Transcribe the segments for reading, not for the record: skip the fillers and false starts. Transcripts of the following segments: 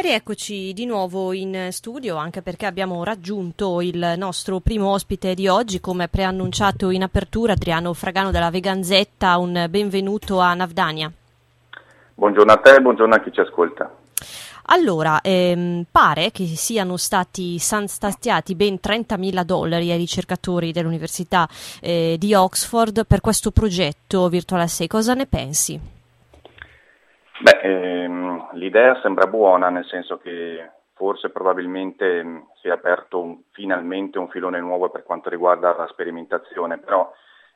rieccoci di nuovo in studio, anche perché abbiamo raggiunto il nostro primo ospite di oggi, come preannunciato in apertura, Adriano Fragano della Veganzetta. Un benvenuto a Navdania. Buongiorno a te e buongiorno a chi ci ascolta. Allora, pare che siano stati stanziati ben $30.000 ai ricercatori dell'Università di Oxford per questo progetto Virtual Assay. Cosa ne pensi? L'idea sembra buona, nel senso che forse probabilmente si è aperto finalmente un filone nuovo per quanto riguarda la sperimentazione, però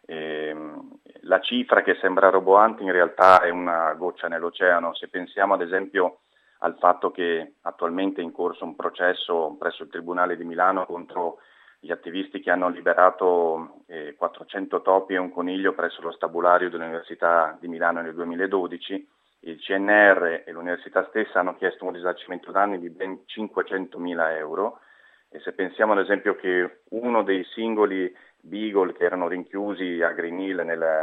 la cifra che sembra roboante in realtà è una goccia nell'oceano. Se pensiamo ad esempio al fatto che attualmente è in corso un processo presso il Tribunale di Milano contro gli attivisti che hanno liberato 400 topi e un coniglio presso lo stabulario dell'Università di Milano nel 2012, il CNR e l'università stessa hanno chiesto un risarcimento danni di ben 500.000 euro, e se pensiamo ad esempio che uno dei singoli Beagle che erano rinchiusi a Green Hill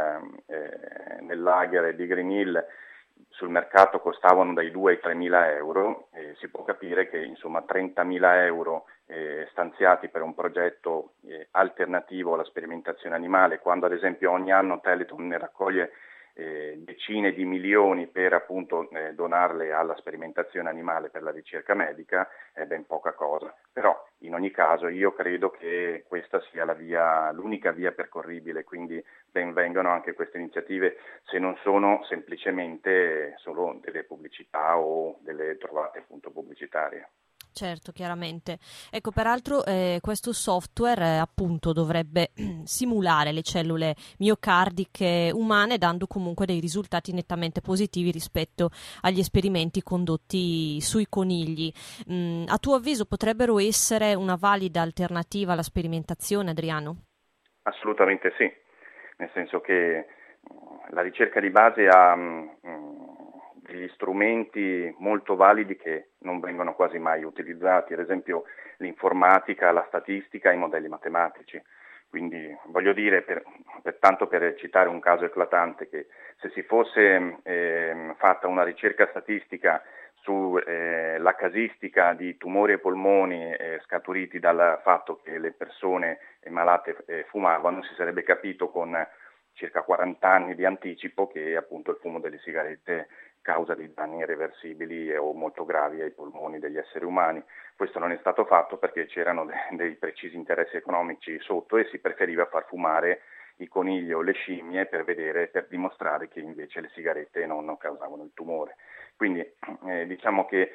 nel lager di Green Hill sul mercato costavano dai 2 ai 3.000 euro, si può capire che insomma 30.000 euro stanziati per un progetto alternativo alla sperimentazione animale, quando ad esempio ogni anno Teleton ne raccoglie decine di milioni per appunto donarle alla sperimentazione animale per la ricerca medica, è ben poca cosa. Però in ogni caso io credo che questa sia l'unica via percorribile, quindi ben vengano anche queste iniziative, se non sono semplicemente solo delle pubblicità o delle trovate appunto pubblicitarie. Certo, chiaramente. Ecco, peraltro questo software appunto dovrebbe simulare le cellule miocardiche umane, dando comunque dei risultati nettamente positivi rispetto agli esperimenti condotti sui conigli. A tuo avviso potrebbero essere una valida alternativa alla sperimentazione, Adriano? Assolutamente sì, nel senso che la ricerca di base ha degli strumenti molto validi che non vengono quasi mai utilizzati, ad esempio l'informatica, la statistica e i modelli matematici. Quindi voglio dire, tanto per citare un caso eclatante, che se si fosse fatta una ricerca statistica sulla casistica di tumori ai polmoni scaturiti dal fatto che le persone malate fumavano, si sarebbe capito con circa 40 anni di anticipo che appunto il fumo delle sigarette causa dei danni irreversibili o molto gravi ai polmoni degli esseri umani. Questo non è stato fatto perché c'erano dei precisi interessi economici sotto e si preferiva far fumare i conigli o le scimmie per dimostrare che invece le sigarette non causavano il tumore. Quindi diciamo che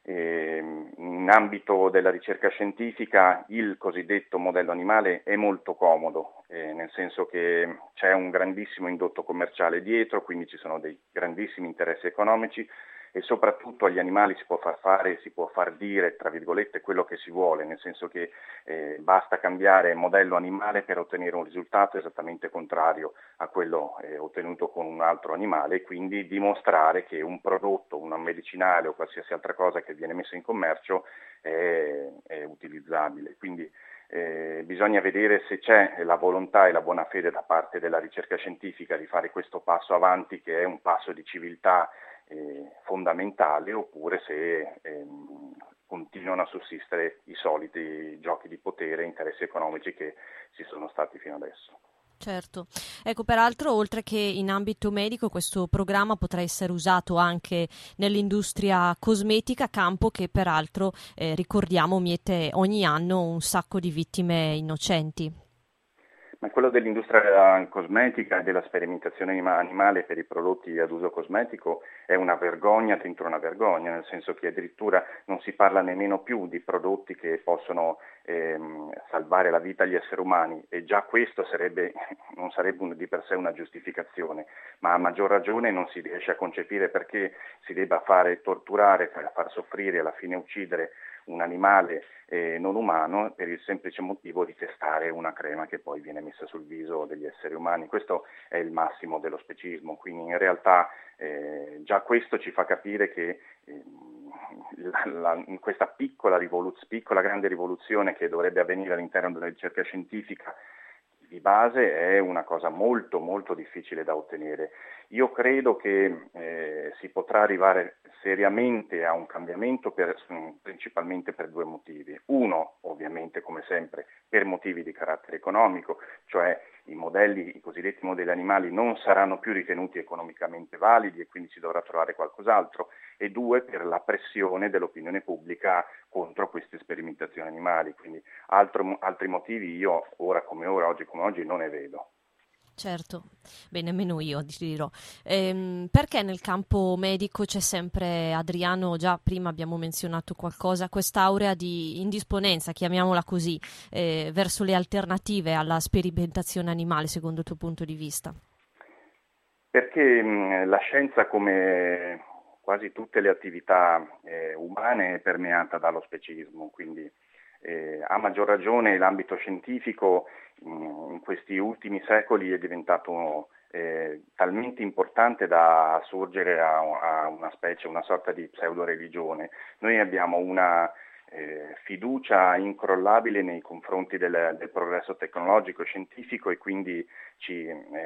in ambito della ricerca scientifica il cosiddetto modello animale è molto comodo, nel senso che c'è un grandissimo indotto commerciale dietro, quindi ci sono dei grandissimi interessi economici e soprattutto agli animali si può far fare, si può far dire, tra virgolette, quello che si vuole, nel senso che basta cambiare modello animale per ottenere un risultato esattamente contrario a quello ottenuto con un altro animale, e quindi dimostrare che un prodotto, un medicinale o qualsiasi altra cosa che viene messo in commercio è utilizzabile. Quindi bisogna vedere se c'è la volontà e la buona fede da parte della ricerca scientifica di fare questo passo avanti, che è un passo di civiltà fondamentale, oppure se continuano a sussistere i soliti giochi di potere e interessi economici che ci sono stati fino adesso. Certo, ecco, peraltro oltre che in ambito medico questo programma potrà essere usato anche nell'industria cosmetica, campo che peraltro ricordiamo miete ogni anno un sacco di vittime innocenti. Ma quello dell'industria cosmetica e della sperimentazione animale per i prodotti ad uso cosmetico è una vergogna dentro una vergogna, nel senso che addirittura non si parla nemmeno più di prodotti che possono salvare la vita agli esseri umani, e già questo non sarebbe di per sé una giustificazione, ma a maggior ragione non si riesce a concepire perché si debba fare torturare, far soffrire e alla fine uccidere un animale non umano per il semplice motivo di testare una crema che poi viene messa sul viso degli esseri umani. Questo è il massimo dello specismo, quindi in realtà già questo ci fa capire che in questa piccola grande rivoluzione che dovrebbe avvenire all'interno della ricerca scientifica di base è una cosa molto molto difficile da ottenere. Io credo che si potrà arrivare seriamente a un cambiamento principalmente per due motivi. Uno, ovviamente, come sempre, per motivi di carattere economico, cioè i cosiddetti modelli animali non saranno più ritenuti economicamente validi e quindi si dovrà trovare qualcos'altro. E due, per la pressione dell'opinione pubblica contro queste sperimentazioni animali. Quindi altri motivi io, oggi come oggi, non ne vedo. Certo, beh, nemmeno io ti dirò. Perché nel campo medico c'è sempre, Adriano, già prima abbiamo menzionato qualcosa, quest'aurea di indisponenza, chiamiamola così, verso le alternative alla sperimentazione animale, secondo il tuo punto di vista? Perché la scienza, come quasi tutte le attività umane, è permeata dallo specismo, quindi a maggior ragione l'ambito scientifico in questi ultimi secoli è diventato talmente importante da assurgere a una specie, una sorta di pseudo-religione. Noi abbiamo una fiducia incrollabile nei confronti del progresso tecnologico e scientifico e quindi ci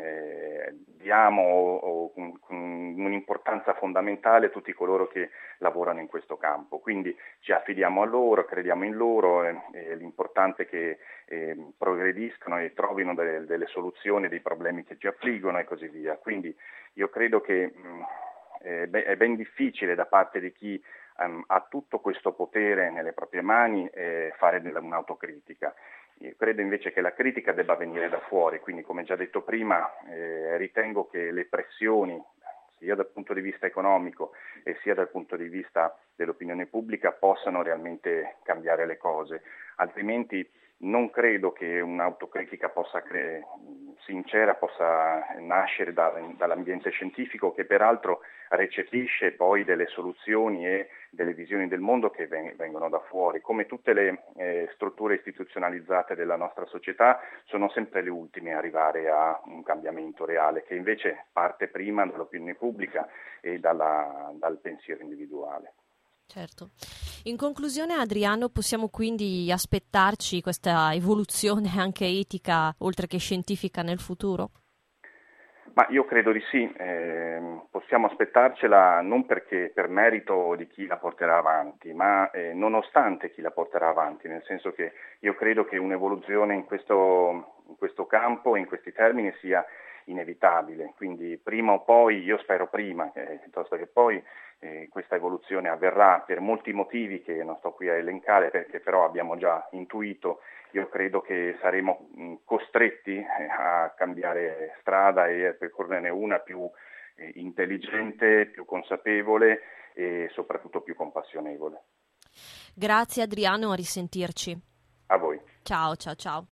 diamo un'importanza fondamentale a tutti coloro che lavorano in questo campo. Quindi ci affidiamo a loro, crediamo in loro, l'importante è che progrediscano e trovino delle soluzioni dei problemi che ci affliggono e così via. Quindi io credo che è ben difficile da parte di chi ha tutto questo potere nelle proprie mani fare un'autocritica. Io credo invece che la critica debba venire da fuori, quindi come già detto prima ritengo che le pressioni sia dal punto di vista economico e sia dal punto di vista dell'opinione pubblica possano realmente cambiare le cose, altrimenti non credo che un'autocritica sincera possa nascere dall'ambiente scientifico, che peraltro recepisce poi delle soluzioni e delle visioni del mondo che vengono da fuori. Come tutte le strutture istituzionalizzate della nostra società, sono sempre le ultime a arrivare a un cambiamento reale, che invece parte prima dall'opinione pubblica e dal pensiero individuale. Certo. In conclusione, Adriano, possiamo quindi aspettarci questa evoluzione anche etica, oltre che scientifica, nel futuro? Ma io credo di sì, possiamo aspettarcela non perché per merito di chi la porterà avanti, ma nonostante chi la porterà avanti, nel senso che io credo che un'evoluzione in questo campo, in questi termini, sia inevitabile, quindi prima o poi, io spero prima piuttosto che poi, questa evoluzione avverrà per molti motivi che non sto qui a elencare, perché però abbiamo già intuito. Io credo che saremo costretti a cambiare strada e a percorrerne una più intelligente, più consapevole e soprattutto più compassionevole. Grazie Adriano, a risentirci. A voi. Ciao, ciao, ciao.